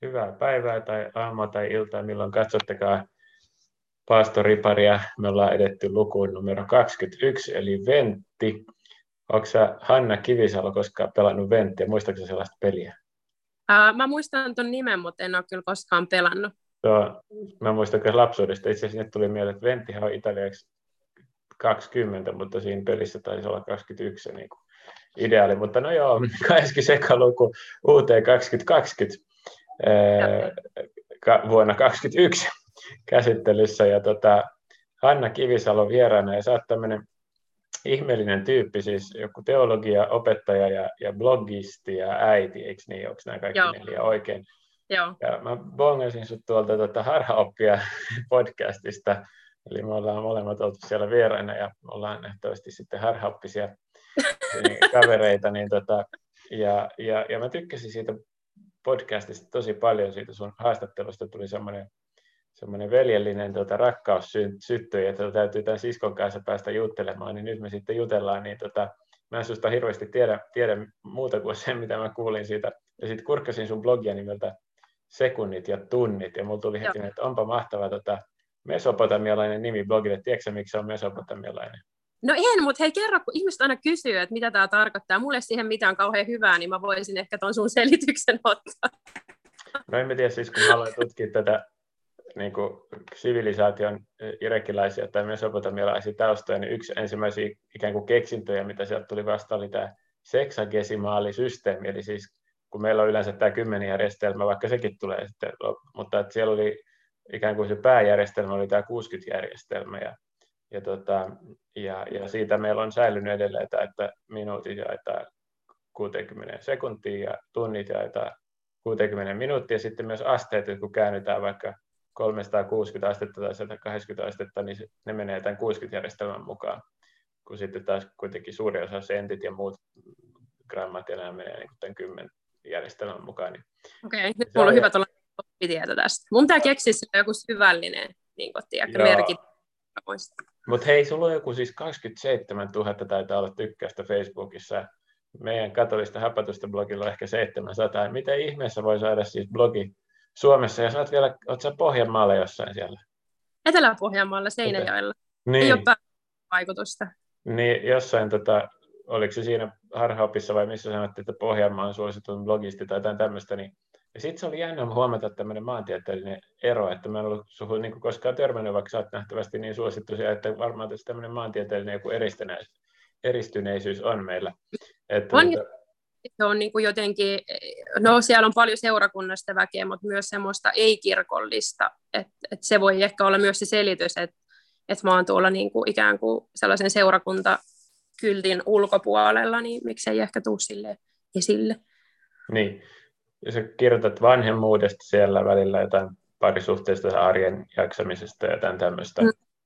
Hyvää päivää tai aamua tai iltaa, milloin katsottekaan Paastoriparia. Me ollaan edetty lukuun numero 21, eli Ventti. Onko sä, Hanna Kivisalo, koskaan pelannut Venttiä? Muistatko sellaista peliä? Mä muistan ton nimen, mutta en ole kyllä koskaan pelannut. Mä muistan myös lapsuudesta. Itse asiassa nyt tuli mieleen, että Venttihän on italiaksi 20, mutta siinä pelissä taisi olla 21 niin kuin ideaali. Mutta no joo, 20 luku UT 2020 vuonna 2021 käsittelyssä. Ja Hanna Kivisalo vieraana, ja sä oot tämmöinen ihmeellinen tyyppi, siis joku teologia, opettaja ja blogisti ja äiti, eikö niin? Onko nämä kaikki neljä oikein? Joo. Ja mä bongasin sut tuolta Harhaoppia podcastista, eli me ollaan molemmat oltu siellä vieraina ja ollaan nähtävästi sitten harhaoppisia kavereita, ja mä tykkäsin siitä podcastista tosi paljon, siitä sun haastattelusta tuli semmoinen veljellinen rakkaus syttyi, että täytyy tämän siskon kanssa päästä juttelemaan, niin nyt me sitten jutellaan, niin mä en susta hirveästi tiedä muuta kuin sen, mitä mä kuulin siitä, ja sitten kurkkasin sun blogia nimeltä Sekunnit ja tunnit, ja mulla tuli heti, että onpa mahtava mesopotamialainen nimi blogille. Tiedätkö miksi se on mesopotamialainen? No en, mutta hei kerro, kun ihmiset aina kysyy, että mitä tämä tarkoittaa. Mulle ei siihen mitään kauhean hyvää, niin mä voisin ehkä ton sun selityksen ottaa. No en tiedä, siis kun mä aloin tutkia tätä niin kuin sivilisaation irakilaisia tai mesopotamialaisia taustoja, niin yksi ensimmäisiä ikään kuin keksintöjä, mitä sieltä tuli vasta, oli tämä seksagesimaalisysteemi, eli siis kun meillä on yleensä tämä 10-järjestelmä, vaikka sekin tulee sitten, mutta että siellä oli ikään kuin se pääjärjestelmä oli tämä 60-järjestelmä, ja siitä meillä on säilynyt edelleen, että minuutit jaetaan 60 sekuntia ja tunnit jaetaan 60 minuuttia, ja sitten myös asteet, kun käännytään vaikka 360 astetta tai 180 astetta, niin ne menee tämän 60-järjestelmän mukaan, kun sitten taas kuitenkin suuri osa sentit ja muut grammat ja nämä menee niin tämän 10-järjestelmän mukaan. Niin okei, nyt mulla on hyvä olla oppitieto tästä. Mun pitää keksiä joku syvällinen merkit. Mutta hei, sulla on joku siis 27 000 taitaa olla tykkäystä Facebookissa. Meidän katolista hapatusta blogilla on ehkä 700. Miten ihmeessä voi saada siis blogi Suomessa, ja oot sä Pohjanmaalla jossain siellä? Etelä-Pohjanmaalla, Seinäjoella. Niin. Ei ole vaikutusta. Niin, jossain, oliko se siinä Harhaopissa vai missä sanottiin, että Pohjanmaa on suositun blogisti tai jotain tämmöistä, niin ja sitten se oli jännä huomata tämmöinen maantieteellinen ero, että mä en ollut suhun niin koskaan törmännyt, vaikka sä oot nähtävästi niin suosittu siellä, että varmaan tämmöinen maantieteellinen joku eristyneisyys on meillä. Että se on niin kuin jotenkin, no siellä on paljon seurakunnasta väkeä, mutta myös semmoista ei-kirkollista, että se voi ehkä olla myös se selitys, että mä oon tuolla niin kuin ikään kuin sellaisen seurakuntakyltin ulkopuolella, niin miksei ehkä tuu sille esille. Niin, ja sä kirjoitat vanhemmuudesta siellä välillä jotain parisuhteista, arjen jaksamisesta ja jotain tämmöistä.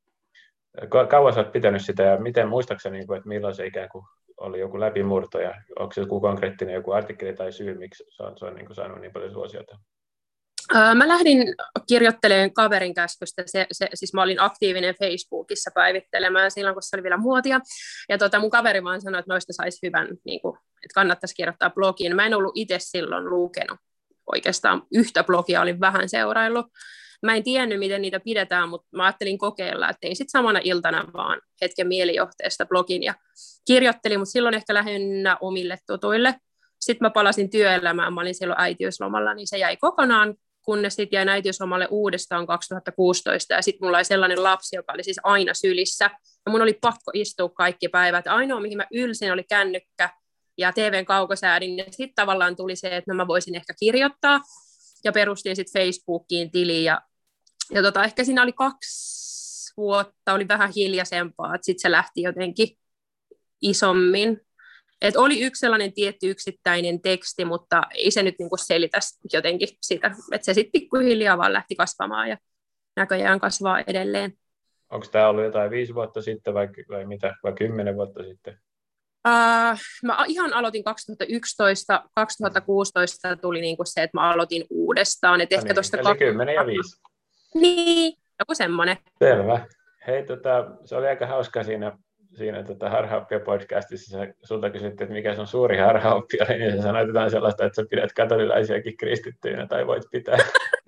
Kauan sä oot pitänyt sitä, ja miten muistaakseni, että milloin se ikään kuin oli joku läpimurto, ja onko se joku konkreettinen joku artikkeli tai syy, miksi se on niin kuin saanut niin paljon suosiota? Mä lähdin kirjoittelemaan kaverin käskystä, siis mä olin aktiivinen Facebookissa päivittelemään silloin, kun se oli vielä muotia, ja mun kaveri vaan sanoi, että noista saisi hyvän, niin kuin, että kannattaisi kirjoittaa blogiin. Mä en ollut itse silloin lukenut oikeastaan yhtä blogia, olin vähän seuraillut. Mä en tiennyt, miten niitä pidetään, mutta mä ajattelin kokeilla, että tein sitten samana iltana vaan hetken mielijohteesta blogin ja kirjoittelin, mutta silloin ehkä lähinnä omille tutuille. Sitten mä palasin työelämään, mä olin silloin äitiyslomalla, niin se jäi kokonaan, kunnes sitten jäin äitiyslomalle uudestaan 2016, ja sitten mulla oli sellainen lapsi, joka oli siis aina sylissä, ja mun oli pakko istua kaikki päivät. Ainoa, mihin mä ylsin, oli kännykkä ja TVn kaukosäädin, ja sitten tavallaan tuli se, että mä voisin ehkä kirjoittaa, ja perustin sitten Facebookiin tili, ja ehkä siinä oli 2 vuotta, oli vähän hiljaisempaa, että sitten se lähti jotenkin isommin. Et oli yksi sellainen tietty yksittäinen teksti, mutta ei se nyt niinku selitä jotenkin sitä, että se sitten pikkuhiljaa vaan lähti kasvamaan ja näköjään kasvaa edelleen. Onko tämä ollut jotain 5 vuotta sitten vai mitä, vai 10 vuotta sitten? Mä ihan aloitin 2011, 2016 tuli niinku se, että mä aloitin uudestaan. Et ehkä niin, eli 10 ja 5. Niin, joku semmoinen. Selvä. Hei, se oli aika hauskaa siinä siinä harhaoppia-podcastissa sulta kysyttiin, että mikä se on suuri harhaoppia, niin sä sanoit jotain sellaista, että sä pidät katolilaisiakin kristittyinä tai voit pitää.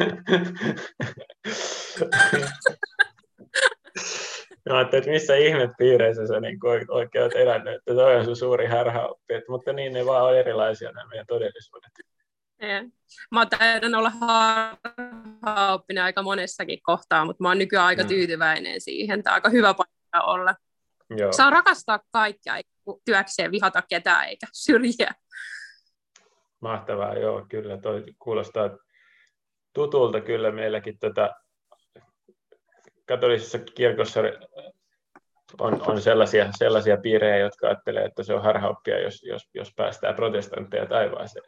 Mä ajattelin, että missä ihmepiireissä sä niin oikein olet elänyt, että toi on sun suuri harhaoppi, mutta niin ne vaan on erilaisia nämä meidän todellisuudet. Mä taidan olla harhaoppinen aika monessakin kohtaa, mutta mä oon nykyään aika tyytyväinen siihen. Tämä on aika hyvä paikka olla. Joo. Saa rakastaa kaikkia, eikä työkseen vihata ketään eikä syrjiä. Mahtavaa, joo, kyllä. Toi kuulostaa tutulta kyllä meilläkin. Katolisessa kirkossa on sellaisia piirejä, jotka ajattelee, että se on harhaoppia, jos päästään protestantteja taivaaseen.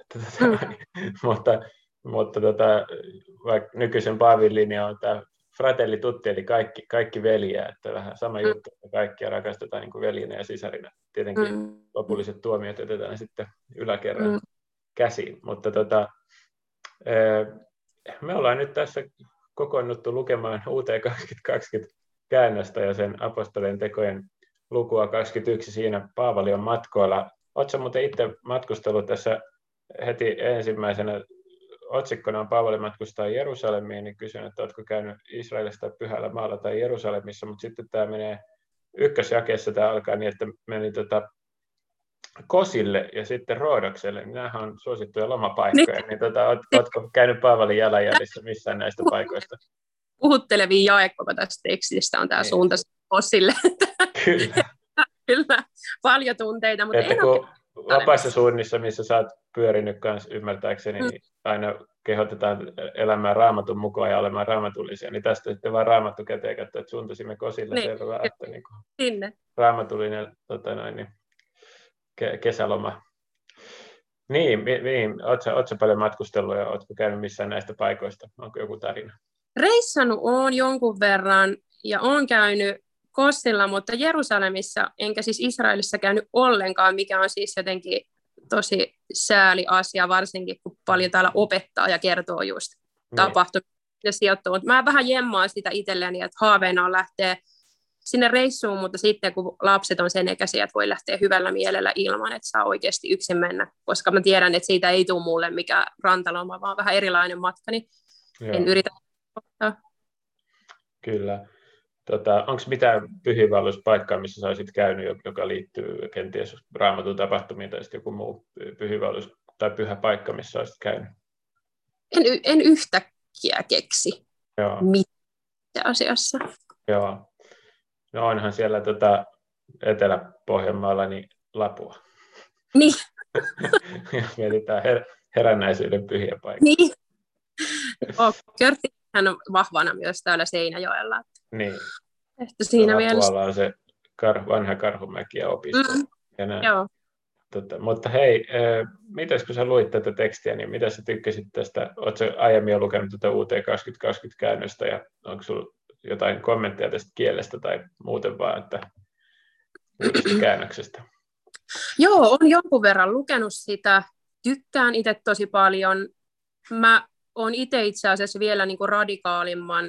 Mutta vaikka nykyisen Paavin linja on tämä fratelli tutti, eli kaikki veljiä, että vähän sama juttu, että kaikkia rakastetaan niin kuin veljinä ja sisarina. Tietenkin lopulliset tuomiot jätetään sitten yläkerran käsiin, mutta me ollaan nyt tässä kokoonnuttu lukemaan UT 2020 käännöstä ja sen apostolien tekojen lukua 21 siinä Paavali on matkoilla. Oletko muuten itse matkustellut tässä heti ensimmäisenä otsikkona on Paavali matkustaa Jerusalemiin, niin kysyn, että oletko käynyt Israelista Pyhällä maalla tai Jerusalemissa, mutta sitten tämä menee ykkösjakeessa, tämä alkaa niin, että meni Kosille ja sitten Roodokselle, niin nämähän on suosittuja lomapaikkoja, niin oletko käynyt Paavalin jalanjäljissä missään näistä paikoista? Puhuttelevin jae koko tästä tekstistä on tämä suunta Kosille. Kyllä. Kyllä, paljon tunteita, mutta että kun vapaissa suunnissa, missä sä oot pyörinyt kanssa ymmärtääkseni, niin aina kehotetaan elämään Raamatun mukaan ja olemaan raamatullisia, niin tästä sitten vaan Raamattu käteen katsoa, että suuntasimme Kosille niin. terveä, että niin sinne. Raamatullinen kesäloma. Niin, ootko paljon matkustellut ja ootko käynyt missään näistä paikoista? Onko joku tarina? Reissannut olen jonkun verran ja olen käynyt Kosilla, mutta Jerusalemissa enkä siis Israelissa käynyt ollenkaan, mikä on siis jotenkin tosi sääli asia, varsinkin kun paljon täällä opettaa ja kertoo just tapahtumia ja sijoittuu. Mä vähän jemmaan sitä itselleni, että haaveena on lähteä sinne reissuun, mutta sitten kun lapset on sen ikäisiä, että voi lähteä hyvällä mielellä ilman, että saa oikeasti yksin mennä, koska mä tiedän, että siitä ei tule mulle mikään rantaloma, vaan vähän erilainen matka, niin en yritä ottaa. Kyllä. Onko mitään pyhiinvaelluspaikkaa, missä sä olisit käynyt, joka liittyy kenties Raamatun tapahtumiin, tai joku muu pyhiinvaellus tai pyhä paikka, missä olisit käynyt? En yhtäkkiä keksi. Joo. Mitä asiassa. Joo. No onhan siellä Etelä-Pohjanmaalla niin Lapua. Niin. Mietitään herännäisyyden pyhiä paikkoja. Niin. Körttihän on vahvana myös täällä Seinäjoella. Niin. Että siinä mielessä. Lapualla on se vanha Karhumäki ja opisto. Ja joo. Mutta hei, mitäs kun sä luit tätä tekstiä, niin mitä sä tykkäsit tästä? Oletko aiemmin jo lukenut tätä UT 2020 käännöstä ja onko sulla jotain kommentteja tästä kielestä tai muuten vaan, että uudesta käännöksestä? Joo, olen jonkun verran lukenut sitä. Tykkään itse tosi paljon. Mä oon itse asiassa vielä niin kuin radikaalimman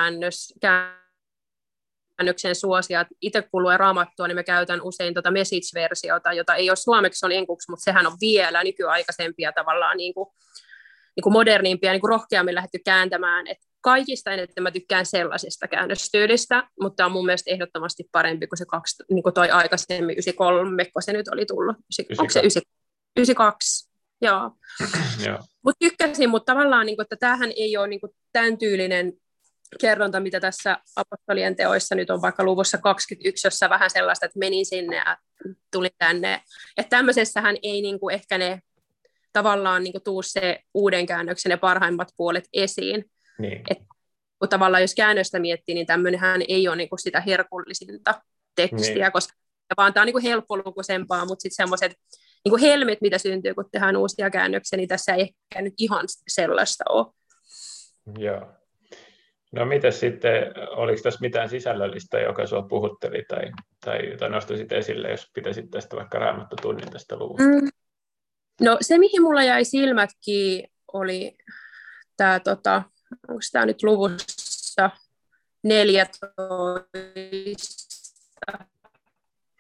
käännöksen suosia. Itse kun luen Raamattua, niin mä käytän usein Message-versiota, jota ei ole suomeksi, on enkuksi, mutta sehän on vielä nykyaikaisempia tavallaan niin kuin modernimpia, niin kuin rohkeammin lähdetty kääntämään. Et kaikista eniten mä tykkään sellaisesta käännöstyylistä, mutta on mun mielestä ehdottomasti parempi kuin se niin kuin toi aikaisemmin 93, kun se nyt oli tullut. Onko se 92? Joo. Mutta tykkäsin, mutta tavallaan, niin kuin, että tämähän ei ole niin kuin, tämän tyylinen kerronta, mitä tässä apostolien teoissa nyt on vaikka luvussa 21, jossa vähän sellaista, että menin sinne ja tulin tänne. Että tämmöisessähän ei niin kuin, ehkä ne tavallaan niin kuin, tuu se uuden käännöksen ja parhaimmat puolet esiin. Niin. Että tavallaan jos käännöstä miettii, niin tämmöinenhän ei ole niin kuin, sitä herkullisinta tekstiä, niin. Koska vaan tämä on niin kuin helppolukuisempaa, mutta sitten semmoiset niin kuin helmet, mitä syntyy, kun tehdään uusia käännöksiä, niin tässä ei ehkä nyt ihan sellaista ole. Joo. No mitäs sitten, oliko tässä mitään sisällöllistä, joka sinua puhutteli tai jota nostaisit esille, jos pitäisit tästä vaikka Raamattotunnin tästä luvusta? No se, mihin mulla jäi silmätkin, oli tämä, onko tämä nyt luvussa 14?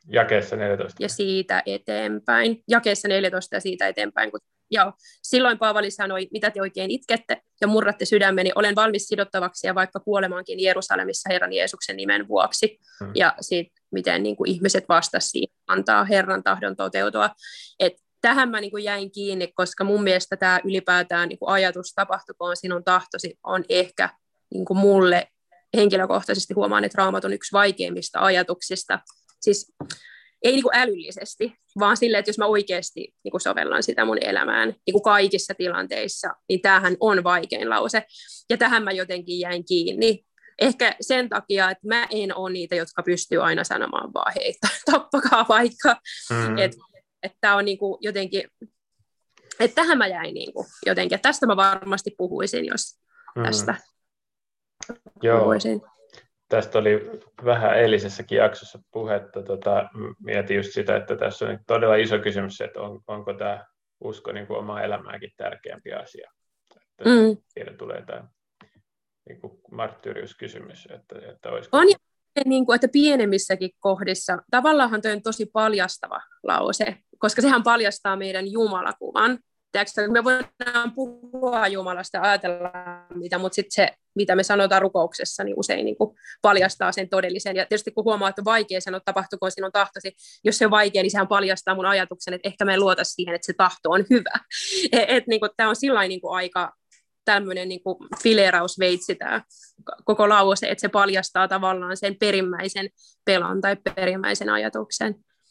jakeessa 14. Ja siitä eteenpäin, jakeessa 14 ja siitä eteenpäin, kun joo, silloin Paavali sanoi, mitä te oikein itkette ja murratte sydämeni, olen valmis sidottavaksi ja vaikka kuolemaankin Jerusalemissa Herran Jeesuksen nimen vuoksi. Ja siitä, miten niin kuin ihmiset vastasivat siihen, antaa Herran tahdon toteutua. Et tähän mä niin kuin jäin kiinni, koska mun mielestä tämä ylipäätään niin kuin ajatus tapahtukoon sinun tahtosi on ehkä niin kuin mulle henkilökohtaisesti huomaan, että Raamatun yksi vaikeimmista ajatuksista. Siis ei niin kuin älyllisesti, vaan silleen, että jos mä oikeasti niin kuin sovellan sitä mun elämään niin kuin kaikissa tilanteissa, niin tämähän on vaikein lause. Ja tähän mä jotenkin jäin kiinni. Ehkä sen takia, että mä en ole niitä, jotka pystyy aina sanomaan vaan hei, tappakaa vaikka. Että tämä on niin kuin jotenkin, että tähän mä jäin niin kuin jotenkin. Että tästä mä varmasti puhuisin, jos tästä puhuisin. Tästä oli vähän eilisessäkin jaksossa puhetta. Mietin just sitä, että tässä on todella iso kysymys, että onko tämä usko niin kuin omaa elämääkin tärkeämpi asia. Siellä tulee tämä niin kuin marttyyriuskysymys. Että olisiko... On niin kuin, että pienemmissäkin kohdissa, tavallaan tuo on tosi paljastava lause, koska sehän paljastaa meidän jumalakuvan. Me voidaan puhua Jumalasta ja ajatella mitä, mutta sitten se, mitä me sanotaan rukouksessa, niin usein niin kuin paljastaa sen todellisen. Ja tietysti kun huomaa, että on vaikea sanoa, tapahtukoon sinun tahtosi, jos se on vaikea, niin sehän paljastaa mun ajatuksen, että ehkä me en luota siihen, että se tahto on hyvä. Niin tämä on sillain niin kuin aika tämmöinen niin kuin fileerausveitsi tämä koko lause, että se paljastaa tavallaan sen perimmäisen pelon tai perimmäisen ajatuksen.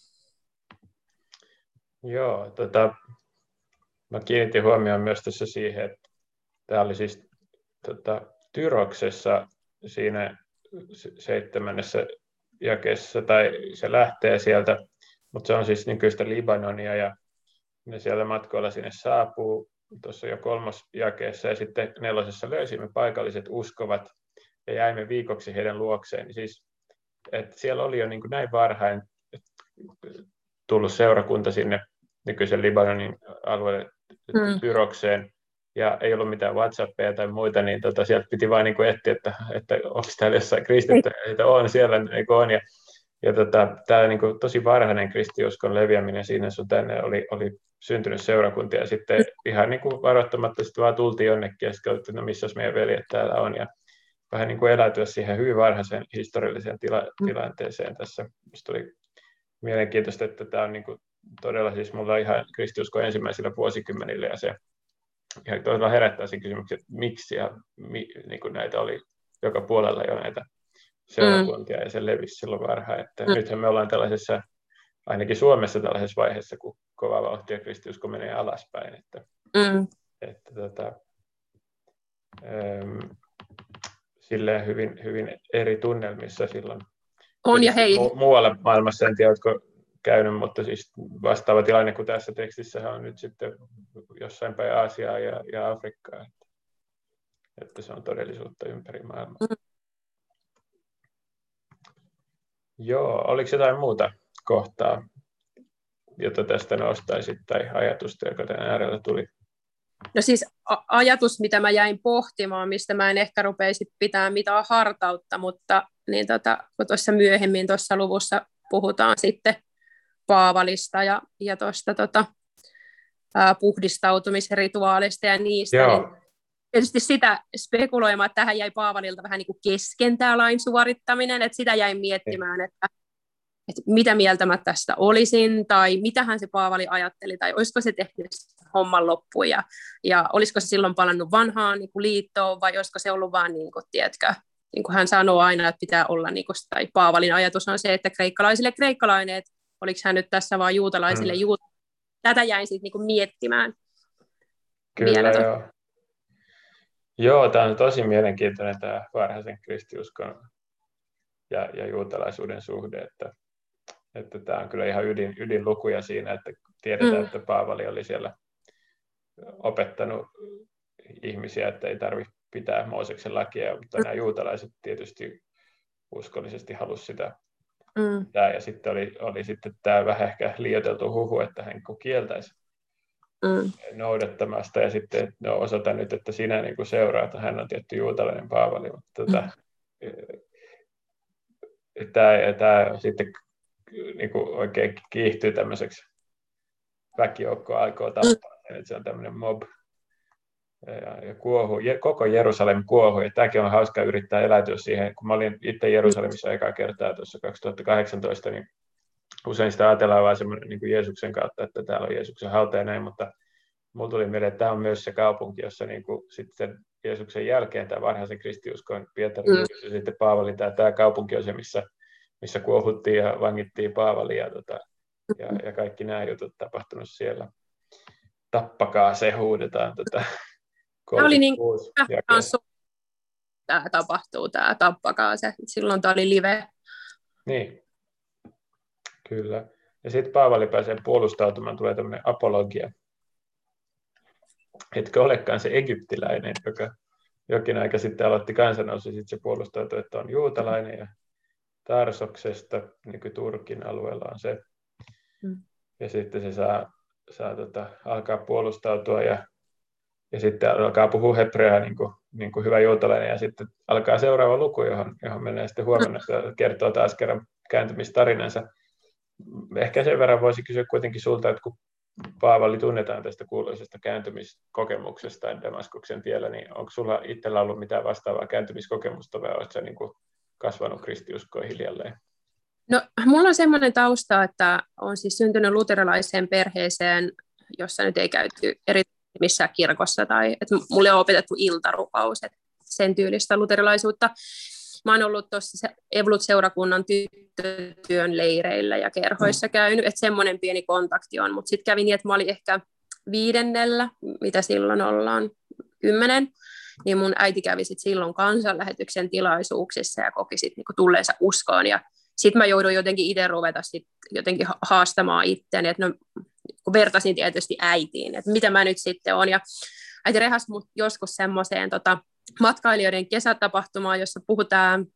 Joo, mä kiinnitin huomioon myös tässä siihen, että tämä oli siis Tyroksessa siinä 7. jakeessa, tai se lähtee sieltä, mutta se on siis nykyistä Libanonia, ja ne siellä matkoilla sinne saapuu, tuossa jo 3. jakeessa, ja sitten 4. löysimme paikalliset uskovat, ja jäimme viikoksi heidän luokseen. Siis, että siellä oli jo niin kuin näin varhain tullut seurakunta sinne nykyisen Libanonin alueelle Tyrokseen, ja ei ollut mitään WhatsAppia tai muita, niin sieltä piti vain niin kuin etsiä, että onko täällä jossain kristittyjä, että on siellä, eikö on, ja tämä niin kuin tosi varhainen kristiuskon leviäminen siinä sun tänne oli syntynyt seurakuntia, ja sitten ihan niin kuin varoittamatta sitten vaan tultiin jonnekin, ja sitten että no missä meidän veljet täällä on, ja vähän niin kuin eläytyä siihen hyvin varhaiseen historialliseen tilanteeseen tässä. Minusta oli mielenkiintoista, että tämä on niin kuin todella siis mulla ihan kristiuskon ensimmäisillä vuosikymmenillä, ja se ihan todella herättää sen kysymyksen, että miksi ja niin kuin näitä oli joka puolella jo näitä seurakuntia, ja se levisi silloin varhain. Että nythän me ollaan tällaisessa, ainakin Suomessa tällaisessa vaiheessa, kun kova vauhtia kristiusko menee alaspäin. Silleen hyvin eri tunnelmissa silloin. On ja hei. Muualla maailmassa en tiedä, oletko käynyt, mutta siis vastaava tilanne kuin tässä tekstissähän on nyt sitten jossain päin Aasiaa ja Afrikkaa, että se on todellisuutta ympäri maailmaa. Joo, oliko jotain muuta kohtaa, jota tästä nostaisit, tai ajatusta, joka tämän äärellä tuli? No siis ajatus, mitä mä jäin pohtimaan, mistä mä en ehkä rupeisi pitämään mitään hartautta, mutta niin kun tuossa myöhemmin tuossa luvussa puhutaan sitten Paavalista ja tuosta puhdistautumisrituaalista ja niistä, niin tietysti sitä spekuloimaan, että tähän jäi Paavalilta vähän niin kuin kesken tämä lain suorittaminen, että sitä jäin miettimään, että mitä mieltä mä tästä olisin, tai mitähän se Paavali ajatteli, tai olisiko se tehnyt homman loppuun, ja olisiko se silloin palannut vanhaan niin kuin liittoon, vai olisiko se ollut vaan, niin kuin, tiedätkö, niin kuin hän sanoo aina, että pitää olla, niin kuin, tai Paavalin ajatus on se, että kreikkalaisille kreikkalainen, että oliko hän nyt tässä vaan juutalaisille juutalaisille. Tätä jäin sitten niin kuin miettimään. Kyllä, joo. Joo, tämä on tosi mielenkiintoinen tämä varhaisen kristiuskon ja juutalaisuuden suhde, että tämä on kyllä ihan ydinlukuja siinä, että tiedetään, että Paavali oli siellä opettanut ihmisiä, että ei tarvitse pitää Mooseksen lakia, mutta nämä juutalaiset tietysti uskollisesti halusivat sitä. Ja sitten oli sitten tämä vähän ehkä liioiteltu huhu, että hän kieltäisi noudattamasta, ja sitten osoitan nyt, että sinä niin kuin seuraat, että hän on tietty juutalainen Paavali, mutta tämä sitten niin kuin oikein kiihtyy tämmöiseksi väkijoukko alkoi tappaa, että se on tämmöinen mob ja kuohuu, koko Jerusalem kuohuu, ja tämäkin on hauska yrittää eläytyä siihen, kun mä olin itse Jerusalemissa ekaa kertaa tuossa 2018, niin usein sitä ajatellaan vain semmoinen niin kuin Jeesuksen kautta, että täällä on Jeesuksen hauta ja näin, mutta mulla tuli mieleen, että tämä on myös se kaupunki, jossa niin kuin sitten Jeesuksen jälkeen tämä varhaisen kristiuskon Pietari ja sitten Paavali, tämä kaupunki on se, missä kuohuttiin ja vangittiin Paavali ja kaikki nämä jutut tapahtunut siellä. Tappakaa se, huudetaan. Tämä oli niin tämä tapahtuu, tämä tappakaa se. Silloin tämä oli live. Niin, kyllä. Ja sitten Paavali pääsee puolustautumaan, tulee tämmöinen apologia. Etkö olekaan se egyptiläinen, joka jokin aika sitten aloitti kansannousun, sitten se puolustautui, että on juutalainen ja Tarsoksesta, niin kuin Turkin alueella on se. Ja sitten se saa alkaa puolustautua ja sitten alkaa puhua hebreaa niin kuin hyvä juutalainen, ja sitten alkaa seuraava luku, johon menee sitten huomenna, kertoo taas kerran kääntymistarinansa. Ehkä sen verran voisi kysyä kuitenkin sulta, että kun Paavali tunnetaan tästä kuuluisesta kääntymiskokemuksesta Damaskuksen tiellä, niin onko sulla itsellä ollut mitään vastaavaa kääntymiskokemusta, vai oletko sä niin kuin kasvanut kristiuskoon hiljalleen? No, mulla on semmoinen tausta, että olen siis syntynyt luterilaiseen perheeseen, jossa nyt ei käyty erityisesti missään kirkossa, tai että mulle on opetettu iltarupaus, että sen tyylistä luterilaisuutta. Mä oon ollut tuossa Evolut-seurakunnan tyttötyön leireillä ja kerhoissa käynyt, että semmoinen pieni kontakti on, mutta sitten kävi niin, että mä olin ehkä 5, mitä silloin ollaan, 10, niin mun äiti kävi sit silloin kansanlähetyksen tilaisuuksissa ja koki sit niinku tulleensa uskoon, ja sitten mä jouduin jotenkin itse ruveta sit jotenkin haastamaan itseäni, että no, kun vertasin tietysti äitiin, että mitä mä nyt sitten on, ja äiti rehasi mut joskus semmoiseen matkailijoiden kesätapahtumaan, jossa puhutaan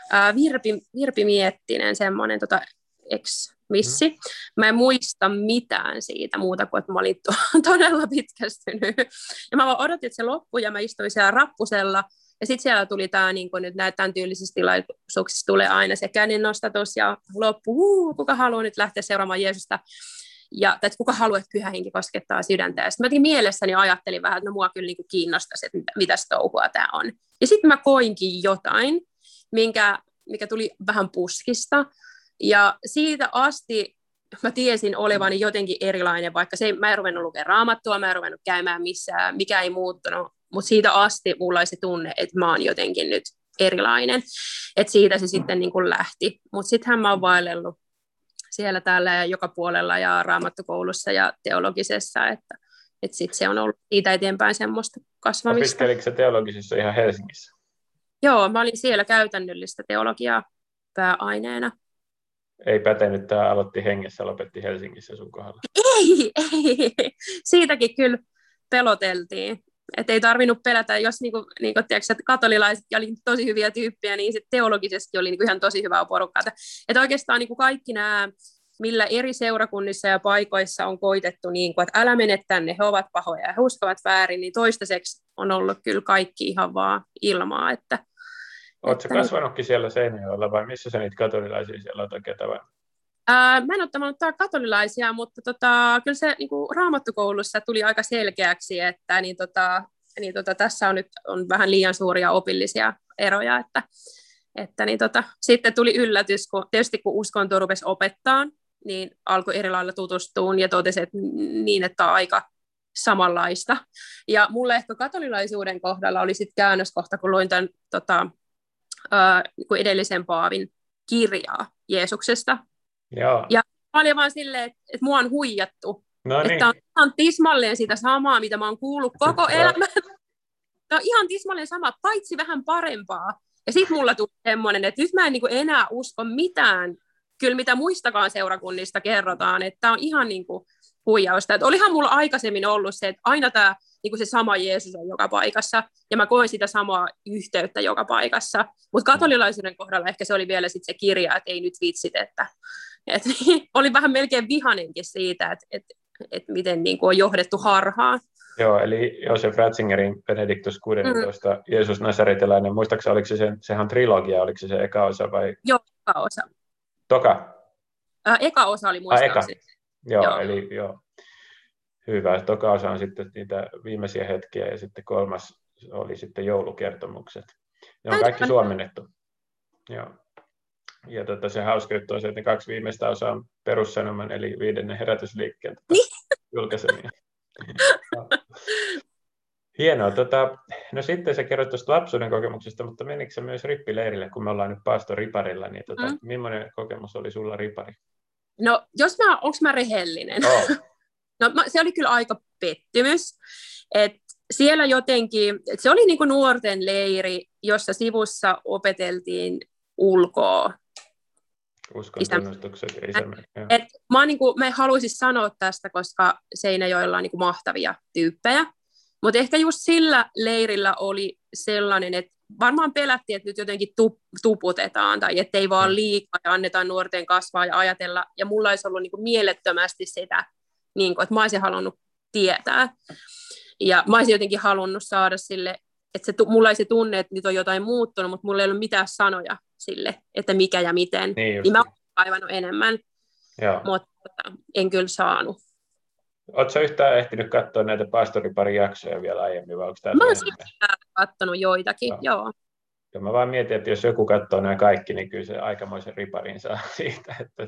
Virpi Miettinen, semmoinen ex-missi. Mä en muista mitään siitä muuta kuin, että mä olin todella pitkästynyt. Ja mä vaan odotin, että se loppui, ja mä istuin siellä rappusella, ja sitten siellä tuli tämä, niin kuin nyt näitä tämän tyylisissä tilaisuuksissa tulee aina se kädennostatus, ja loppu, kuka haluaa nyt lähteä seuraamaan Jeesusta, ja että kuka haluaa, että Pyhä Henki koskettaa sydäntä. Ja sitten mä mielessäni ajattelin vähän, että no mua kyllä niin kuin kiinnostaisi, että mitäs touhua tämä on. Ja sitten mä koinkin jotain, mikä tuli vähän puskista, ja siitä asti mä tiesin olevani jotenkin erilainen, vaikka mä en ruvennut lukemaan Raamattua, mä en ruvennut käymään missään, mikä ei muuttunut, mutta siitä asti mulla oli se tunne, että mä oon jotenkin nyt erilainen, että siitä se sitten niin kuin lähti. Mutta sittenhän mä oon vaellellut siellä täällä ja joka puolella ja Raamattokoulussa ja teologisessa, että sitten se on ollut siitä eteenpäin semmoista kasvamista. Opiskeliko se teologisessa ihan Helsingissä? Joo, mä olin siellä käytännöllistä teologiaa pääaineena. Ei pätenyt, tämä aloitti hengessä, lopetti Helsingissä sun kohdalla. Ei. Siitäkin kyllä peloteltiin. Että ei tarvinnut pelätä, jos tiedätkö, että katolilaiset oli tosi hyviä tyyppejä, niin sitten teologisesti oli ihan tosi hyvää porukkaa. Että oikeastaan kaikki nämä, millä eri seurakunnissa ja paikoissa on koitettu, että älä mene tänne, he ovat pahoja ja he uskovat väärin, niin toistaiseksi on ollut kyllä kaikki ihan vaan ilmaa. Oletko kasvanutkin siellä Seinäjoella vai missä sä niitä katolilaisia siellä olet oikein tavannut? Mä en ole tavannut katolilaisia, mutta kyllä se Raamattokoulussa tuli aika selkeäksi, että tässä on vähän liian suuria opillisia eroja, sitten tuli yllätys, tietysti kun uskonto rupesi opettaa, niin alkoi eri lailla tutustua ja totesi, että on aika samanlaista. Ja mulle ehkä katolilaisuuden kohdalla oli sitten käännöskohta, kun luin tämän edellisen paavin kirjaa Jeesuksesta. Joo. Ja mä olin vaan silleen, että mua on huijattu. No niin. Että on ihan tismalleen sitä samaa, mitä mä oon kuullut koko elämän. Tämä on ihan tismalleen sama, paitsi vähän parempaa. Ja sitten mulla tuli semmoinen, että nyt mä en enää usko mitään, kyllä mitä muistakaan seurakunnista kerrotaan, että tämä on ihan huijausta. Että olihan mulla aikaisemmin ollut se, että aina tämä se sama Jeesus on joka paikassa, ja mä koen sitä samaa yhteyttä joka paikassa. Mutta katolilaisuuden kohdalla ehkä se oli vielä sit se kirja, että ei nyt vitsit, että oli vähän melkein vihanenkin siitä, että miten on johdettu harhaan. Joo, eli Josef Ratzingerin Benedictus 16, Jeesus Nasaretilainen, muistaakseni oliko sehän trilogia, oliko se eka osa vai? Joo, eka osa. Toka? Eka osa oli Eka. muistaakseni. Joo, eli joo. Hyvä. Toka osa on sitten niitä viimeisiä hetkiä ja sitten kolmas oli sitten joulukertomukset. Ne on kaikki suomennettu. Joo. Ja se hauska juttu on se, että ne 2 viimeistä osaa on Perussanoman eli 5. herätysliikkeen julkaisemia. Hienoa. No sitten sä kerroit tuosta lapsuuden kokemuksesta, mutta menikö sä myös rippileirille, kun me ollaan nyt Paasto-riparilla, niin millainen kokemus oli sulla ripari? No, onko mä rehellinen? No, se oli kyllä aika pettymys. Siellä jotenkin, se oli niinku nuorten leiri, jossa sivussa opeteltiin ulkoa. Uskon tunnustukset ja isämme. Mä haluaisin sanoa tästä, koska Seinäjoella on niinku mahtavia tyyppejä. Mutta ehkä just sillä leirillä oli sellainen, että varmaan pelättiin, että nyt jotenkin tuputetaan tai ettei vaan liikaa ja annetaan nuorten kasvaa ja ajatella. Ja mulla olisi ollut niinku mielettömästi sitä, niinku, että mä olisin halunnut tietää. Ja mä olisin jotenkin halunnut saada sille, että mulla ei se tunne, että nyt on jotain muuttunut, mutta mulla ei ollut mitään sanoja sille, että mikä ja miten. Niin mä olen kaivannut enemmän, mutta en kyllä saanut. Oletko sä yhtään ehtinyt katsoa näitä Paastoriparin jaksoja vielä aiemmin, vai onko tämä? Mä olen katsonut joitakin, joo. Ja mä vaan mietin, että jos joku katsoo nämä kaikki, niin kyllä se aikamoisen riparin saa siitä, että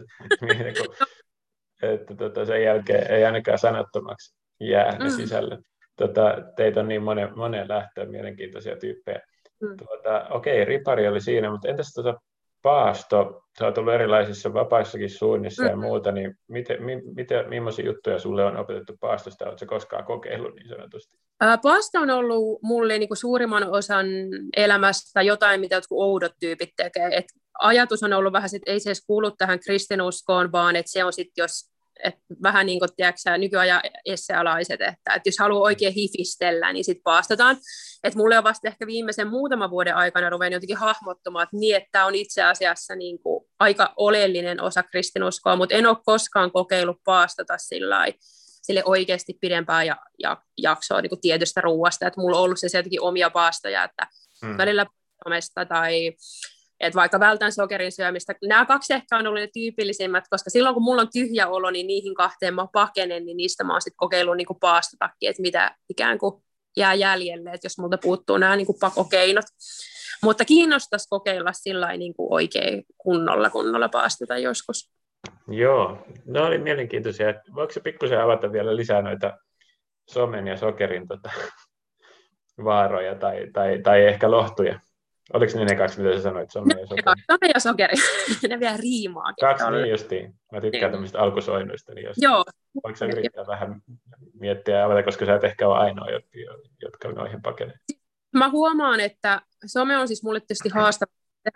sen jälkeen ei ainakaan sanattomaksi jää ne sisällöt. Teitä on niin moneen lähtöön mielenkiintoisia tyyppejä. Okei, ripari oli siinä, mutta entäs Paasto? Sä oot ollut erilaisissa vapaissakin suunnissa ja muuta, niin millaisia juttuja sulle on opetettu Paastosta? Oletko koskaan kokeillut niin sanotusti? Paasto on ollut mulle niin kuin suurimman osan elämästä jotain, mitä jotkut oudot tyypit tekee. Et ajatus on ollut vähän, että ei se edes kuulu tähän kristinuskoon, vaan että se on sitten, jos vähän niin kuin tiedätkö, nykyajan essealaiset, että jos haluaa oikein hifistellä, niin sitten paastotaan. Että mulle on vasta ehkä viimeisen muutaman vuoden aikana ruvennut jotenkin hahmottumaan, että niin, että tämä on itse asiassa niin kuin aika oleellinen osa kristinuskoa, mutta en ole koskaan kokeillut paastota sille oikeasti pidempään jaksoa niin kuin tietystä ruuasta. Että mulla on ollut se jotenkin omia paastoja, että välillä somesta tai että vaikka vältän sokerin syömistä. Nämä 2 ehkä on ollut ne tyypillisimmät, koska silloin kun mulla on tyhjä olo, niin niihin 2 mä pakenen, niin niistä mä oon sitten kokeillut niin kuin paastotakin, että mitä ikään kuin jää jäljelle, että jos multa puuttuu nämä niin kuin pakokeinot. Mutta kiinnostaisi kokeilla sillä niin kuin oikein kunnolla paastota joskus. Joo, ne oli mielenkiintoisia. Voiko se pikkusen avata vielä lisää noita somen ja sokerin vaaroja tai ehkä lohtuja? Oliko ne 2, mitä sä sanoit? Some ja sokeri. Some ja sokeri. Ne vielä riimaa. 2 niin justiin. Mä tykkään tämmöistä alkusoinnuista. Niin joo. Voiko sä yrittää vähän miettiä ja avata, koska sä et ehkä ole ainoa, jotka on noihin pakeneet? Mä huomaan, että some on siis mulle tietysti haastava.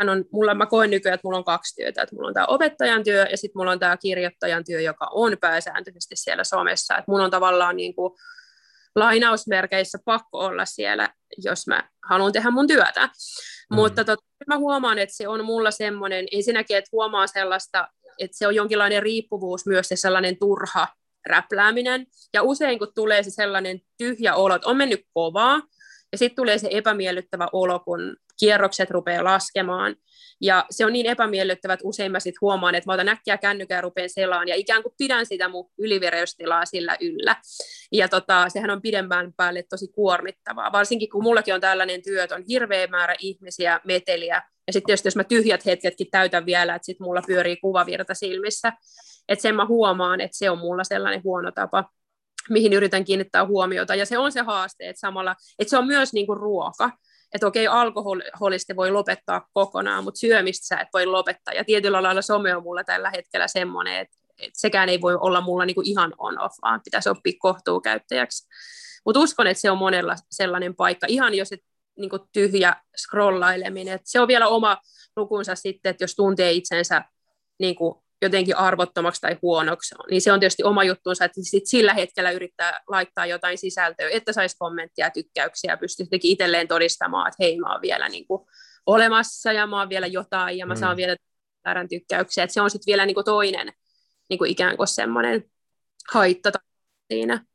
Mä koen nykyään, että mulla on 2 työtä. Että mulla on tämä opettajan työ ja sitten mulla on tämä kirjoittajan työ, joka on pääsääntöisesti siellä somessa. Että mulla on tavallaan niin kuin lainausmerkeissä pakko olla siellä, jos mä haluan tehdä mun työtä. Mutta mä huomaan, että se on mulla semmoinen, ensinnäkin, että huomaa sellaista, että se on jonkinlainen riippuvuus myös se sellainen turha räplääminen. Ja usein, kun tulee se sellainen tyhjä olo, että on mennyt kovaa, ja sitten tulee se epämiellyttävä olo, kun kierrokset rupeaa laskemaan. Ja se on niin epämiellyttävä, että usein mä sitten huomaan, että mä otan äkkiä kännykää ja rupean selaan, ja ikään kuin pidän sitä mun ylivireystilaa sillä yllä. Ja sehän on pidemmän päälle tosi kuormittavaa, varsinkin kun mullakin on tällainen työ, että on hirveä määrä ihmisiä, meteliä, ja sitten tietysti jos mä tyhjät hetketkin täytän vielä, että sitten mulla pyörii kuvavirta silmissä, että sen mä huomaan, että se on mulla sellainen huono tapa, mihin yritän kiinnittää huomiota, ja se on se haaste, että samalla, että se on myös niin kuin ruoka, että okei, alkoholista voi lopettaa kokonaan, mutta syömistä sä et voi lopettaa, ja tietyllä lailla some on mulla tällä hetkellä semmoinen, että sekään ei voi olla mulla niinku ihan on-off, vaan pitäisi oppia kohtuukäyttäjäksi. Mutta uskon, että se on monella sellainen paikka, ihan jos et, niinku tyhjä scrollaileminen, että se on vielä oma lukunsa sitten, että jos tuntee itsensä niinku jotenkin arvottomaksi tai huonoksi, niin se on tietysti oma juttunsa, että sit sillä hetkellä yrittää laittaa jotain sisältöä, että saisi kommenttia ja tykkäyksiä ja pystyy itselleen todistamaan, että hei, mä oon vielä niinku olemassa ja mä oon vielä jotain ja mä saan vielä tykkäyksiä, että se on sitten vielä niinku toinen niinku ikään kuin semmoinen haitta siinä.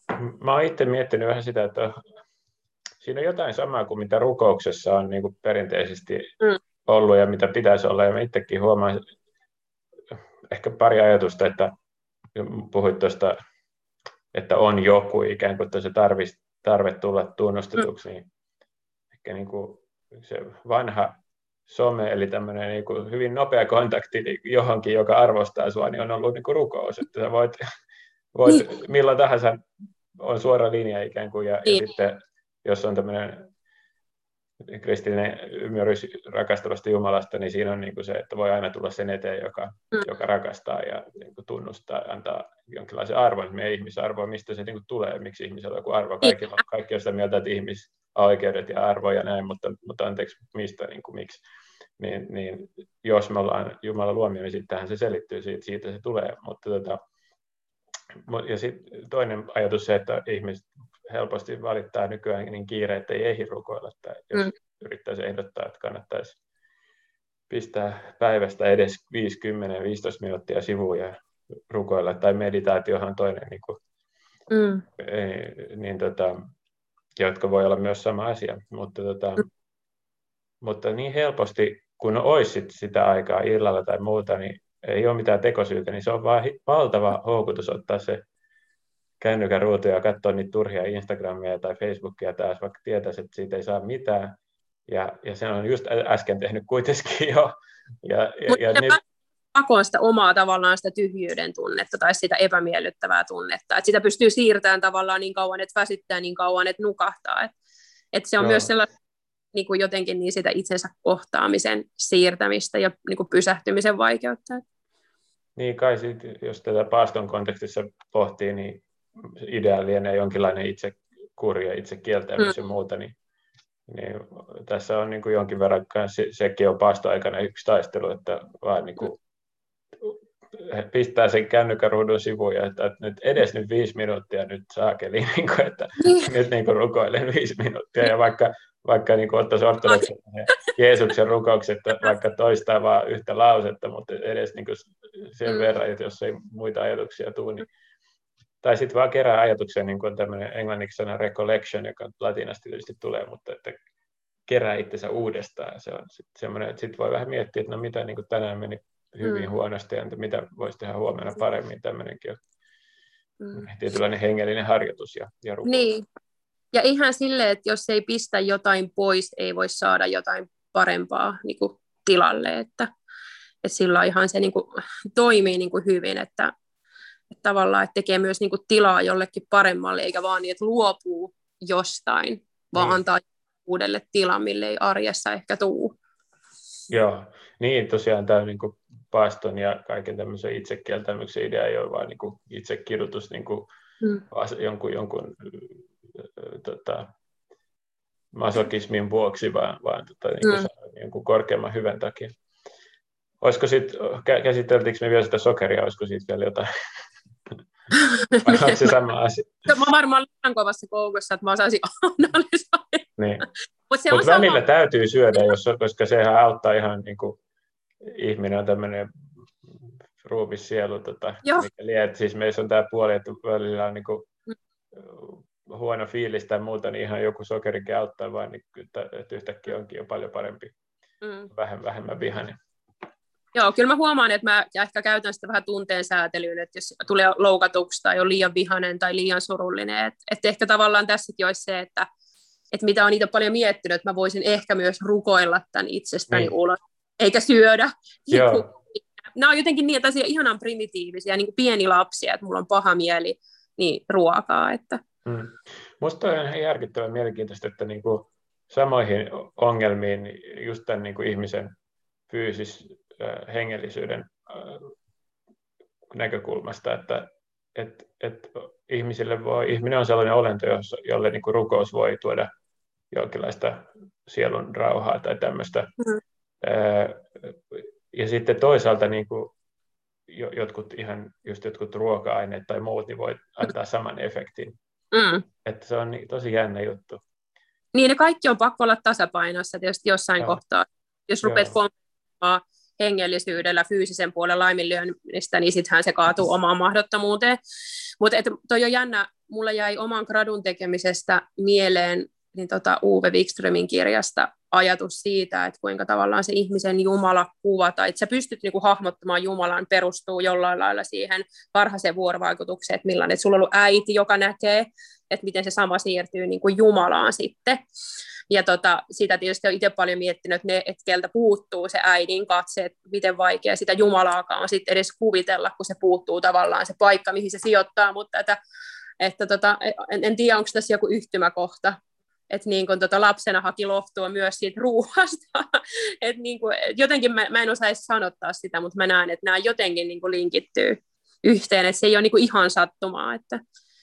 Mä oon itse miettinyt vähän sitä, että siinä on jotain samaa kuin mitä rukouksessa on niinku perinteisesti ollut ja mitä pitäisi olla, ja mä itsekin huomaan, ehkä pari ajatusta, että puhuit tuosta, että on joku ikään kuin se tarve tulla tunnustetuksi, niin ehkä niin kuin se vanha some, eli tämmöinen niin kuin hyvin nopea kontakti johonkin, joka arvostaa sinua, niin on ollut niin kuin rukous, että sä voit milloin tahansa on suora linja ikään kuin, ja sitten jos on tämmöinen kristillinen ymmärrys rakastavasta Jumalasta, niin siinä on niin kuin se, että voi aina tulla sen eteen, joka rakastaa ja niin kuin tunnustaa ja antaa jonkinlaisen arvon, meidän ihmisarvoa, mistä se niin kuin tulee, miksi ihmisellä on joku arvo. Kaikki on sitä mieltä, että ihmisoikeudet ja arvo ja näin, mutta anteeksi, mistä, niin kuin, miksi. Niin jos me ollaan Jumalan luomia, niin sittenhän se selittyy, siitä se tulee. Ja sitten toinen ajatus se, että ihmiset helposti valittaa nykyään niin kiire, että ei ehdi rukoilla. Että jos yrittäisi ehdottaa, että kannattaisi pistää päivästä edes 5-10-15 minuuttia sivuun ja rukoilla, tai meditaatiohan on toinen, jotka voi olla myös sama asia. Mutta niin helposti, kun olisi sitä aikaa illalla tai muuta, niin ei ole mitään tekosyytä, niin se on vaan valtava houkutus ottaa se kännykän ruutu ja katsoa niitä turhia Instagramia tai Facebookia taas, vaikka tietäisi, että siitä ei saa mitään. Ja sen on just äsken tehnyt kuitenkin jo. Ja nyt pakoon sitä omaa tavallaan sitä tyhjyyden tunnetta tai sitä epämiellyttävää tunnetta. Että sitä pystyy siirtämään tavallaan niin kauan, että väsyttää niin kauan, että nukahtaa. Että se on myös sellainen niin kuin jotenkin niin sitä itsensä kohtaamisen siirtämistä ja niin kuin pysähtymisen vaikeutta. Niin kai sit, jos tätä paaston kontekstissa pohtii, niin idea lienee jonkinlainen itsekuri ja itsekieltämys ja muuta, niin tässä on niin kuin jonkin verran, sekin on paastoaikana yksi taistelu, että vaan niin kuin pistää sen kännykäruudun sivuun ja että nyt edes nyt 5 minuuttia nyt saakeli, niin kuin, että nyt niin kuin rukoilen 5 minuuttia ja vaikka niin kuin ottaisi ortodoksen Jeesuksen rukoukset, vaikka toistaa vaan yhtä lausetta, mutta edes niin kuin sen verran, että jos ei muita ajatuksia tule, niin tai sitten vaan kerää ajatuksia, niin kuin on tämmöinen englanniksi sana recollection, joka latinasti tietysti tulee, mutta että kerää itsensä uudestaan. Se on semmoinen, että sitten voi vähän miettiä, että no mitä niin kuin tänään meni hyvin huonosti ja mitä voisi tehdä huomenna paremmin. Tämmöinenkin on tietynlainen hengellinen harjoitus ja rukous. Niin. Ja ihan silleen, että jos ei pistä jotain pois, ei voi saada jotain parempaa niin kuin tilalle. Että sillä ihan se niin kuin toimii niin kuin hyvin, että tavallaan että tekee myös niin kuin tilaa jollekin paremmalle, eikä vaan niin, että luopuu jostain, vaan antaa uudelle tilan, mille ei arjessa ehkä tuu. Joo, niin tosiaan tämä niin kuin paaston ja kaiken tämmöisen itsekieltämyksen idea ei ole vaan niin kuin itsekirjoitus niin kuin jonkun masokismin vuoksi, vaan niin kuin jonkun korkeamman hyvän takia. Olisiko sitten, käsiteltiinkö me vielä sitä sokeria, olisiko siitä vielä jotain? Onko se sama asia? Mä varmaan liian kovassa koukussa, että mä osaisin analysoida. Niin. Mutta välillä täytyy syödä, koska sehän auttaa ihan niin kuin ihminen on tämmöinen ruumissielu. Siis meissä on tämä puoli, että välillä on niin kuin huono fiilis tai muuta, niin ihan joku sokerikin auttaa, vaan niin, että yhtäkkiä onkin jo paljon parempi, vähemmän vihainen. Joo, kyllä mä huomaan, että mä ehkä käytän sitä vähän tunteen säätelyyn, että jos tulee loukatuksi tai on liian vihainen tai liian surullinen, että ehkä tavallaan tässäkin olisi se, että mitä on niitä paljon miettinyt, että mä voisin ehkä myös rukoilla tämän itsestäni ulos, eikä syödä. Nämä on jotenkin niin, että ihanan primitiivisiä, niin kuin pieni lapsia, että mulla on paha mieli, niin ruokaa. Että. Musta on ihan järkyttävän mielenkiintoista, että niin kuin samoihin ongelmiin just tämän niin kuin ihmisen hengellisyyden näkökulmasta, että ihminen on sellainen olento, jolle niin kuin rukous voi tuoda jonkinlaista sielun rauhaa tai tämmöistä. Ja sitten toisaalta niin kuin jotkut ruoka-aineet tai muut niin voi antaa saman efektin. Että se on tosi jännä juttu. Niin, ne kaikki on pakko olla tasapainossa tietysti jossain kohtaa. Jos rupeat kommentoimaan hengellisyydellä fyysisen puolen laiminlyönnistä, niin sittenhän se kaatuu omaan mahdottomuuteen. Mutta toi on jännä, mulla jäi oman gradun tekemisestä mieleen niin Uwe Wikströmin kirjasta ajatus siitä, että kuinka tavallaan se ihmisen Jumala-kuva, tai että sä pystyt niin kuin hahmottamaan Jumalan, perustuu jollain lailla siihen varhaiseen vuorovaikutukseen, että millainen, että sulla on ollut äiti, joka näkee, että miten se sama siirtyy niin kuin Jumalaan sitten. Ja sitä tietysti olen itse paljon miettinyt, että ne, että keltä puuttuu se äidin katse, että miten vaikea sitä Jumalaakaan on sitten edes kuvitella, kun se puuttuu tavallaan se paikka, mihin se sijoittaa, mutta en tiedä, onko tässä joku yhtymäkohta, että niin kun lapsena haki lohtua myös siitä ruuasta, että niin kun, jotenkin mä en osaisi sanottaa sitä, mutta mä näen, että nämä jotenkin niin kun linkittyy yhteen, että se ei ole niin kun ihan sattumaa, että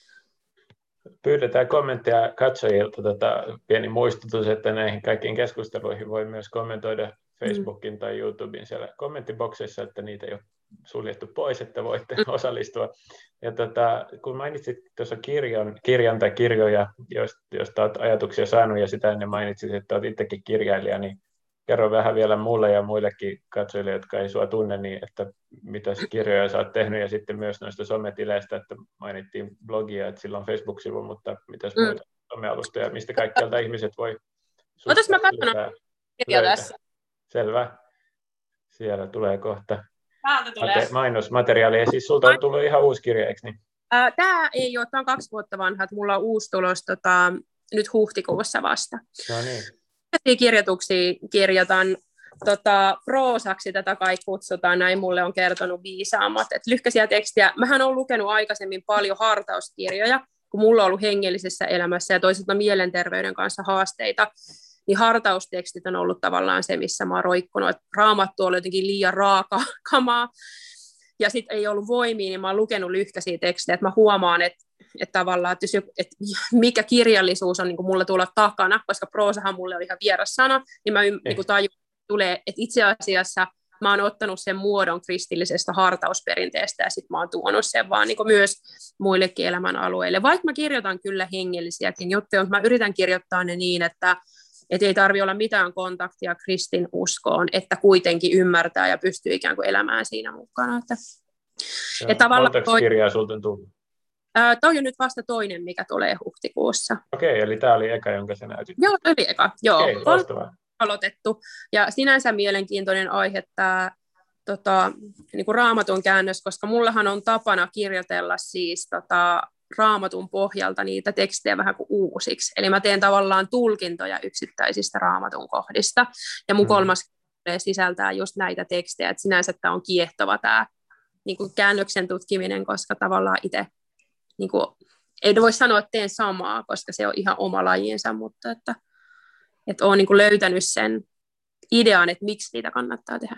pyydetään kommentteja katsojilta. Pieni muistutus, että näihin kaikkiin keskusteluihin voi myös kommentoida Facebookin tai YouTuben siellä kommenttibokseissa, että niitä ei ole suljettu pois, että voitte osallistua. Ja kun mainitsit tuossa kirjan tai kirjoja, joista olet ajatuksia saanut, ja sitä ennen mainitsit, että olet itsekin kirjailija, niin kerro vähän vielä mulle ja muillekin katsojille, jotka ei sua tunne, niin että mitä kirjoja sä oot tehnyt, ja sitten myös noista sometileistä, että mainittiin blogia, että sillä on Facebook-sivu, mutta mitäs muita somealustoja, mistä kaikkialta ihmiset voi otas mä katson kirja tässä. Selvä. Siellä tulee kohta mainosmateriaalia. Ja siis sulta on tullut ihan uusi kirja, eikö niin? Tämä ei ole, tämä on 2 vuotta vanha, että mulla on uusi tulos nyt huhtikuussa vasta. No niin. Kirjoituksia kirjoitan proosaksi, tätä kai kutsutaan, näin mulle on kertonut viisaammat. Et lyhkäisiä tekstiä. Mähän olen lukenut aikaisemmin paljon hartauskirjoja, kun mulla on ollut hengellisessä elämässä ja toisaalta mielenterveyden kanssa haasteita, niin hartaustekstit on ollut tavallaan se, missä mä oon roikkunut. Et Raamattu on jotenkin liian raaka kamaa, ja sitten ei ollut voimia, niin mä oon lukenut lyhkäisiä tekstejä, että mä huomaan, että tavallaan, että mikä kirjallisuus on niin kuin mulla tuolla takana, koska proosahan mulle on ihan vieras sana, niin mä niin kuin tajun, että itse asiassa mä oon ottanut sen muodon kristillisestä hartausperinteestä, ja sitten mä oon tuonut sen vaan niin kuin myös muillekin elämän alueille. Vaikka mä kirjoitan kyllä hengellisiäkin juttuja, mutta mä yritän kirjoittaa ne niin, että ei tarvitse olla mitään kontaktia kristinuskoon, että kuitenkin ymmärtää ja pystyy ikään kuin elämään siinä mukana. Montako kirjaa sulta on tullut? Toi on nyt vasta toinen, mikä tulee huhtikuussa. Okei, eli tämä oli eka, jonka sä näytit. Joo, oli eka. Joo, okei, loistavaa. Aloitettu. Ja sinänsä mielenkiintoinen aihe tämä niin kuin Raamatun käännös, koska mullahan on tapana kirjoitella siis Raamatun pohjalta niitä tekstejä vähän kuin uusiksi. Eli mä teen tavallaan tulkintoja yksittäisistä Raamatun kohdista. Ja mun 3. sisältää just näitä tekstejä. Et sinänsä tämä on kiehtova tämä niin kuin käännöksen tutkiminen, koska tavallaan itse niin kuin, ei voi sanoa, että teen samaa, koska se on ihan oma lajinsa, mutta että olen niin kuin löytänyt sen idean, että miksi niitä kannattaa tehdä.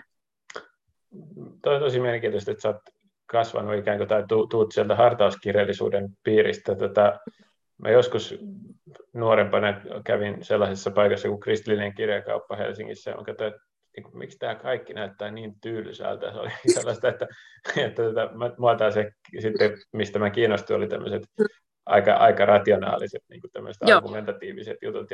Toi on tosi mielenkiintoista, että sä oot kasvanut ikään kuin tai tuut sieltä hartauskirjallisuuden piiristä. Mä joskus nuorempana kävin sellaisessa paikassa kuin kristillinen kirjakauppa Helsingissä, jonka miksi tämä kaikki näyttää niin tylsältä. Se oli sellaista, että mua taas se, sitten, mistä mä kiinnostuin, oli tämmöiset aika rationaaliset, niin kuin tämmöiset argumentatiiviset jutut.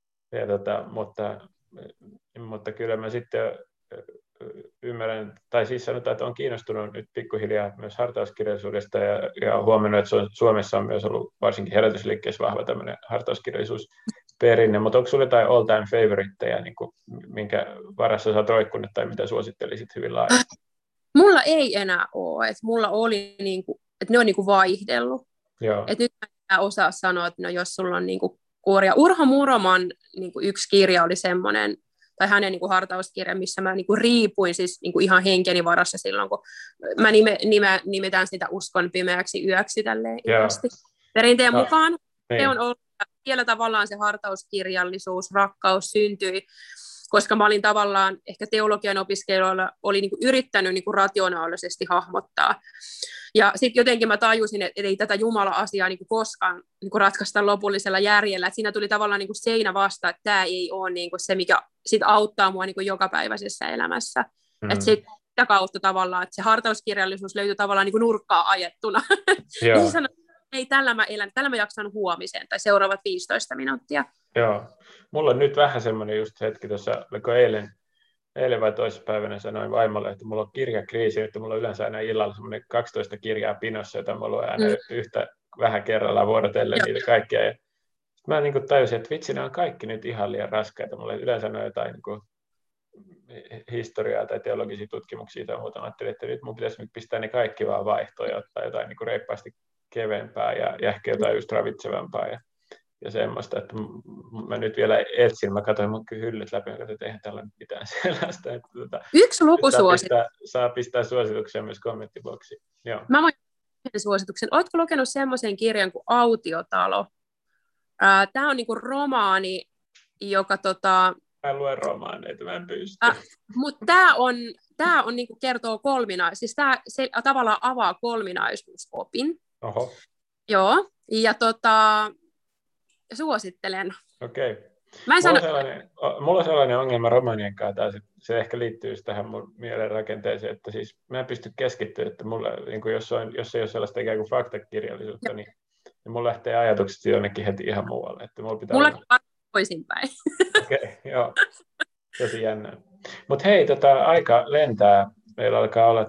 Mutta kyllä mä sitten ymmärrän, tai siis sanotaan, että olen kiinnostunut nyt pikkuhiljaa myös hartauskirjallisuudesta ja huomannut, että Suomessa on myös ollut varsinkin herätysliikkeessä vahva tämmöinen hartauskirjallisuusperinne, mutta onko sinulla jotain all-time favoriteja, niin kuin, minkä varassa olet roikkunut tai mitä suosittelisit hyvin laajasti? Mulla ei enää ole, että mulla oli, niin kuin, että ne on niin kuin vaihdellut. Että nyt mä osaa sanoa, että no, jos sulla on niin kuin kuoria. Urho Muroman niin kuin yksi kirja oli semmoinen, tai hänen niin kuin hartauskirja, missä mä niin kuin riipuin siis niin kuin ihan henkeni varassa silloin, kun mä nimetään sitä uskon pimeäksi yöksi tälleen ilosti. Perinteen mukaan se on ollut, siellä tavallaan se hartauskirjallisuus, rakkaus syntyi, koska mä olin tavallaan, ehkä teologian opiskelijoilla oli niin kuin yrittänyt niin kuin rationaalisesti hahmottaa. Ja sitten jotenkin mä tajusin, että ei tätä Jumala-asiaa niin kuin koskaan niin kuin ratkaista lopullisella järjellä. Et siinä tuli tavallaan niin kuin seinä vasta, että tämä ei ole niin kuin se, mikä sit auttaa mua niin kuin jokapäiväisessä elämässä. Että sitä kautta tavallaan, että se hartauskirjallisuus löytyi tavallaan niin kuin nurkkaa ajettuna. Niin sanoin, ei, tällä mä elän, tällä mä jaksan huomiseen tai seuraavat 15 minuuttia. Joo. Mulla on nyt vähän semmoinen just hetki tuossa, oliko eilen vai toissapäivänä sanoin vaimolle, että mulla on kirjakriisi, että mulla on yleensä aina illalla semmoinen 12 kirjaa pinossa, jota mulla on aina yhtä vähän kerrallaan vuorotellen niitä kaikkia. Ja mä niin kuin tajusin, että vitsi, ne on kaikki nyt ihan liian raskaita. Mulla yleensä on jotain niin kuin historiaa tai teologisia tutkimuksia tai muuta. Mä ajattelin, että nyt mun pitäisi nyt pistää ne kaikki vaan vaihtoon ja ottaa jotain niin kuin reippaasti keveämpää ja ehkä jotain just ravitsevampaa ja semmoista, että mä nyt vielä etsin, mä katsoin mun hyllyt läpi, ja katsoin, että eihän täällä mitään sellaista. Että, yksi lukusuositus. Saa pistää suosituksia myös kommenttiboksiin. Joo. Mä voin yhden suosituksen. Ootko lukenut semmoisen kirjan kuin Autiotalo? Tämä on niinku romaani, joka Mä luen romaaneita, mä en pysty. Mutta tämä on niinku kertoo siis se tavallaan avaa kolminaisuusopin. Oho. Joo, ja suosittelen. Okei. Mulla on sellainen ongelma romaanien kanssa, se ehkä liittyy tähän mun mielenrakenteeseen, että siis mä en pysty keskittymään, että mulla, niin kuin jos ei ole sellaista ikään kuin faktakirjallisuutta, niin mulla lähtee ajatukset jonnekin heti ihan muualle. Että mulla on toisinpäin. Okei, joo. Tosi jännä. Mutta hei, aika lentää. Meillä alkaa olla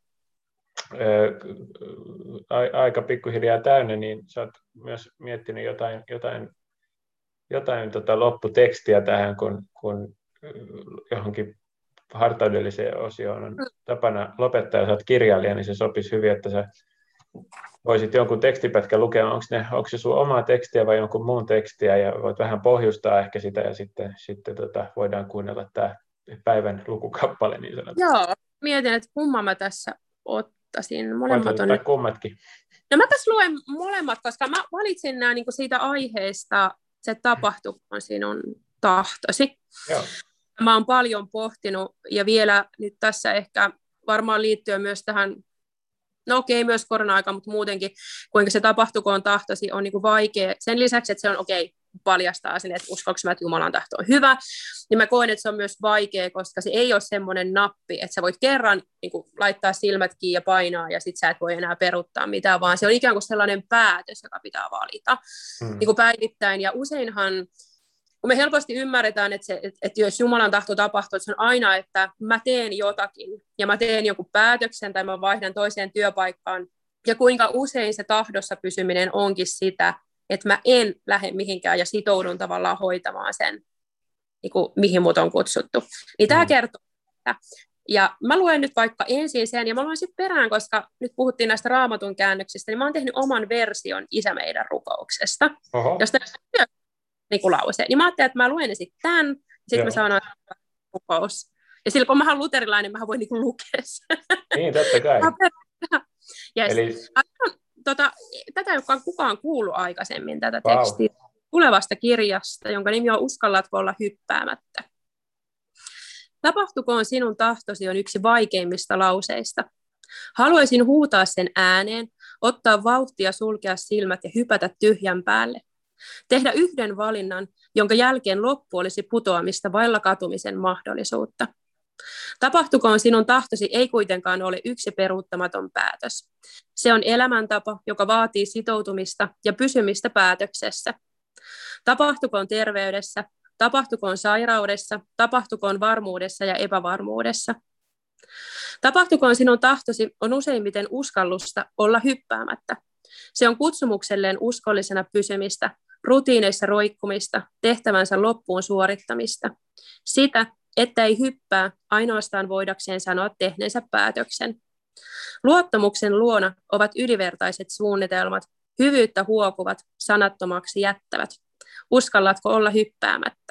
aika pikkuhiljaa täynnä, niin sä oot myös miettinyt jotain lopputekstiä tähän, kun johonkin hartaudelliseen osioon on tapana lopettaa, ja sä oot kirjailija, niin se sopisi hyvin, että sä voisit jonkun tekstipätkän lukea. Onko se sun omaa tekstiä vai jonkun muun tekstiä, ja voit vähän pohjustaa ehkä sitä, ja sitten voidaan kuunnella tämä päivän lukukappale niin sanotusti. Joo, mietin, että kumman mä tässä ottaisin. Molemmat on kummatkin. No mäpäs luen molemmat, koska mä valitsin nämä niinku siitä aiheesta, se tapahtukoon sinun tahtosi. Joo. Mä oon paljon pohtinut, ja vielä nyt tässä ehkä varmaan liittyen myös tähän, no okei, myös korona-aika, mutta muutenkin, kuinka se tapahtukoon tahtosi on niinku vaikea. Sen lisäksi, että se on paljastaa sen, että uskoinko mä, että Jumalan tahto on hyvä, niin mä koen, että se on myös vaikea, koska se ei ole semmoinen nappi, että sä voit kerran niin kuin, laittaa silmät kiinni ja painaa, ja sit sä et voi enää peruuttaa mitään, vaan se on ikään kuin sellainen päätös, joka pitää valita niin kuin päivittäin, ja useinhan, kun me helposti ymmärretään, että jos Jumalan tahto tapahtuu, että se on aina, että mä teen jotakin, ja mä teen jonkun päätöksen, tai mä vaihdan toiseen työpaikkaan, ja kuinka usein se tahdossa pysyminen onkin sitä, että mä en lähde mihinkään ja sitoudun tavallaan hoitamaan sen, niin kuin, mihin mut on kutsuttu. Niin tämä kertoo. Ja mä luen nyt vaikka ensin sen, ja mä luen sitten perään, koska nyt puhuttiin näistä Raamatun käännöksistä, niin mä oon tehnyt oman version Isä meidän rukouksesta, josta on niin lause. Niin mä ajattelin, että mä luen sitten tämän, sitten mä sanon rukous. Ja silloin kun mä oon luterilainen, mä voin niin kuin lukea sen. Niin, totta kai. Yes. Eli tätä ei ole kukaan kuullut aikaisemmin, tätä tekstiä tulevasta kirjasta, jonka nimi on Uskallatko olla hyppäämättä. Tapahtukoon sinun tahtosi on yksi vaikeimmista lauseista. Haluaisin huutaa sen ääneen, ottaa vauhtia, sulkea silmät ja hypätä tyhjän päälle. Tehdä yhden valinnan, jonka jälkeen loppu olisi putoamista vailla katumisen mahdollisuutta. Tapahtukoon sinun tahtosi ei kuitenkaan ole yksi peruuttamaton päätös. Se on elämäntapa, joka vaatii sitoutumista ja pysymistä päätöksessä. Tapahtukoon terveydessä, tapahtukoon sairaudessa, tapahtukoon varmuudessa ja epävarmuudessa. Tapahtukoon sinun tahtosi on useimmiten uskallusta olla hyppäämättä. Se on kutsumukselleen uskollisena pysymistä, rutiineissa roikkumista, tehtävänsä loppuun suorittamista. Sitä, että ei hyppää ainoastaan voidakseen sanoa tehneensä päätöksen. Luottamuksen luona ovat ylivertaiset suunnitelmat, hyvyyttä huokuvat, sanattomaksi jättävät. Uskallatko olla hyppäämättä?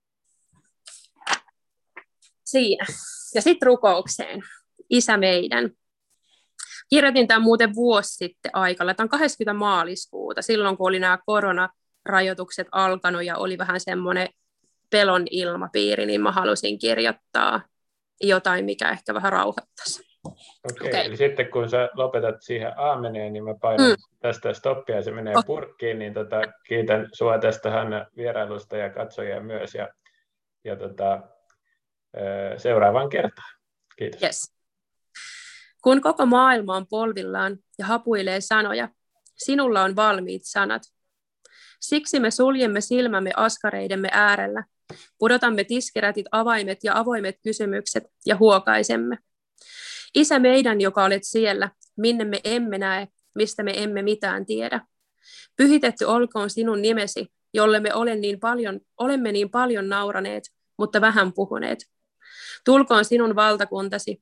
Siinä. Ja sitten rukoukseen. Isä meidän. Kirjoitin tämän muuten vuosi sitten aikalla. Tämä on 20. maaliskuuta, silloin kun oli nämä koronarajoitukset alkanut ja oli vähän semmoinen pelon ilmapiiri, niin mä halusin kirjoittaa jotain, mikä ehkä vähän rauhoittaisi. Okei. Eli sitten kun sä lopetat siihen aameneen, niin mä painan tästä stoppia ja se menee purkkiin, niin kiitän sua tästä Hanna vierailusta ja katsojia myös ja seuraavaan kertaan. Kiitos. Yes. Kun koko maailma on polvillaan ja hapuilee sanoja, sinulla on valmiit sanat. Siksi me suljemme silmämme askareidemme äärellä, pudotamme tiskirätit, avaimet ja avoimet kysymykset ja huokaisemme. Isä meidän, joka olet siellä, minne me emme näe, mistä me emme mitään tiedä. Pyhitetty olkoon sinun nimesi, jolle me olemme niin paljon nauraneet, mutta vähän puhuneet. Tulkoon sinun valtakuntasi,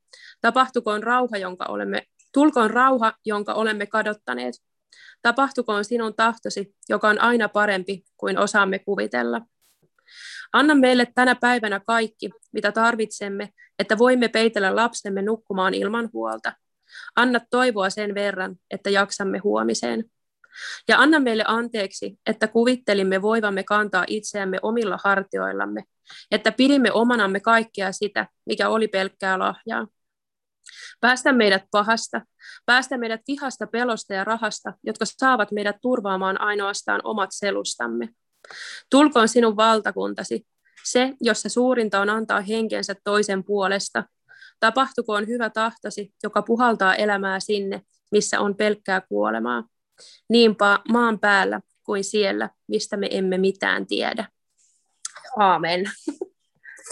tulkoon rauha, jonka olemme kadottaneet. Tapahtukoon sinun tahtosi, joka on aina parempi kuin osaamme kuvitella. Anna meille tänä päivänä kaikki, mitä tarvitsemme, että voimme peitellä lapsemme nukkumaan ilman huolta. Anna toivoa sen verran, että jaksamme huomiseen. Ja anna meille anteeksi, että kuvittelimme voivamme kantaa itseämme omilla hartioillamme, että pidimme omanamme kaikkea sitä, mikä oli pelkkää lahjaa. Päästä meidät pahasta, päästä meidät vihasta, pelosta ja rahasta, jotka saavat meidät turvaamaan ainoastaan omat selustamme. Tulkoon sinun valtakuntasi, se, jossa suurinta on antaa henkensä toisen puolesta. Tapahtukoon hyvä tahtosi, joka puhaltaa elämää sinne, missä on pelkkää kuolemaa. Niin maan päällä kuin siellä, mistä me emme mitään tiedä. Aamen.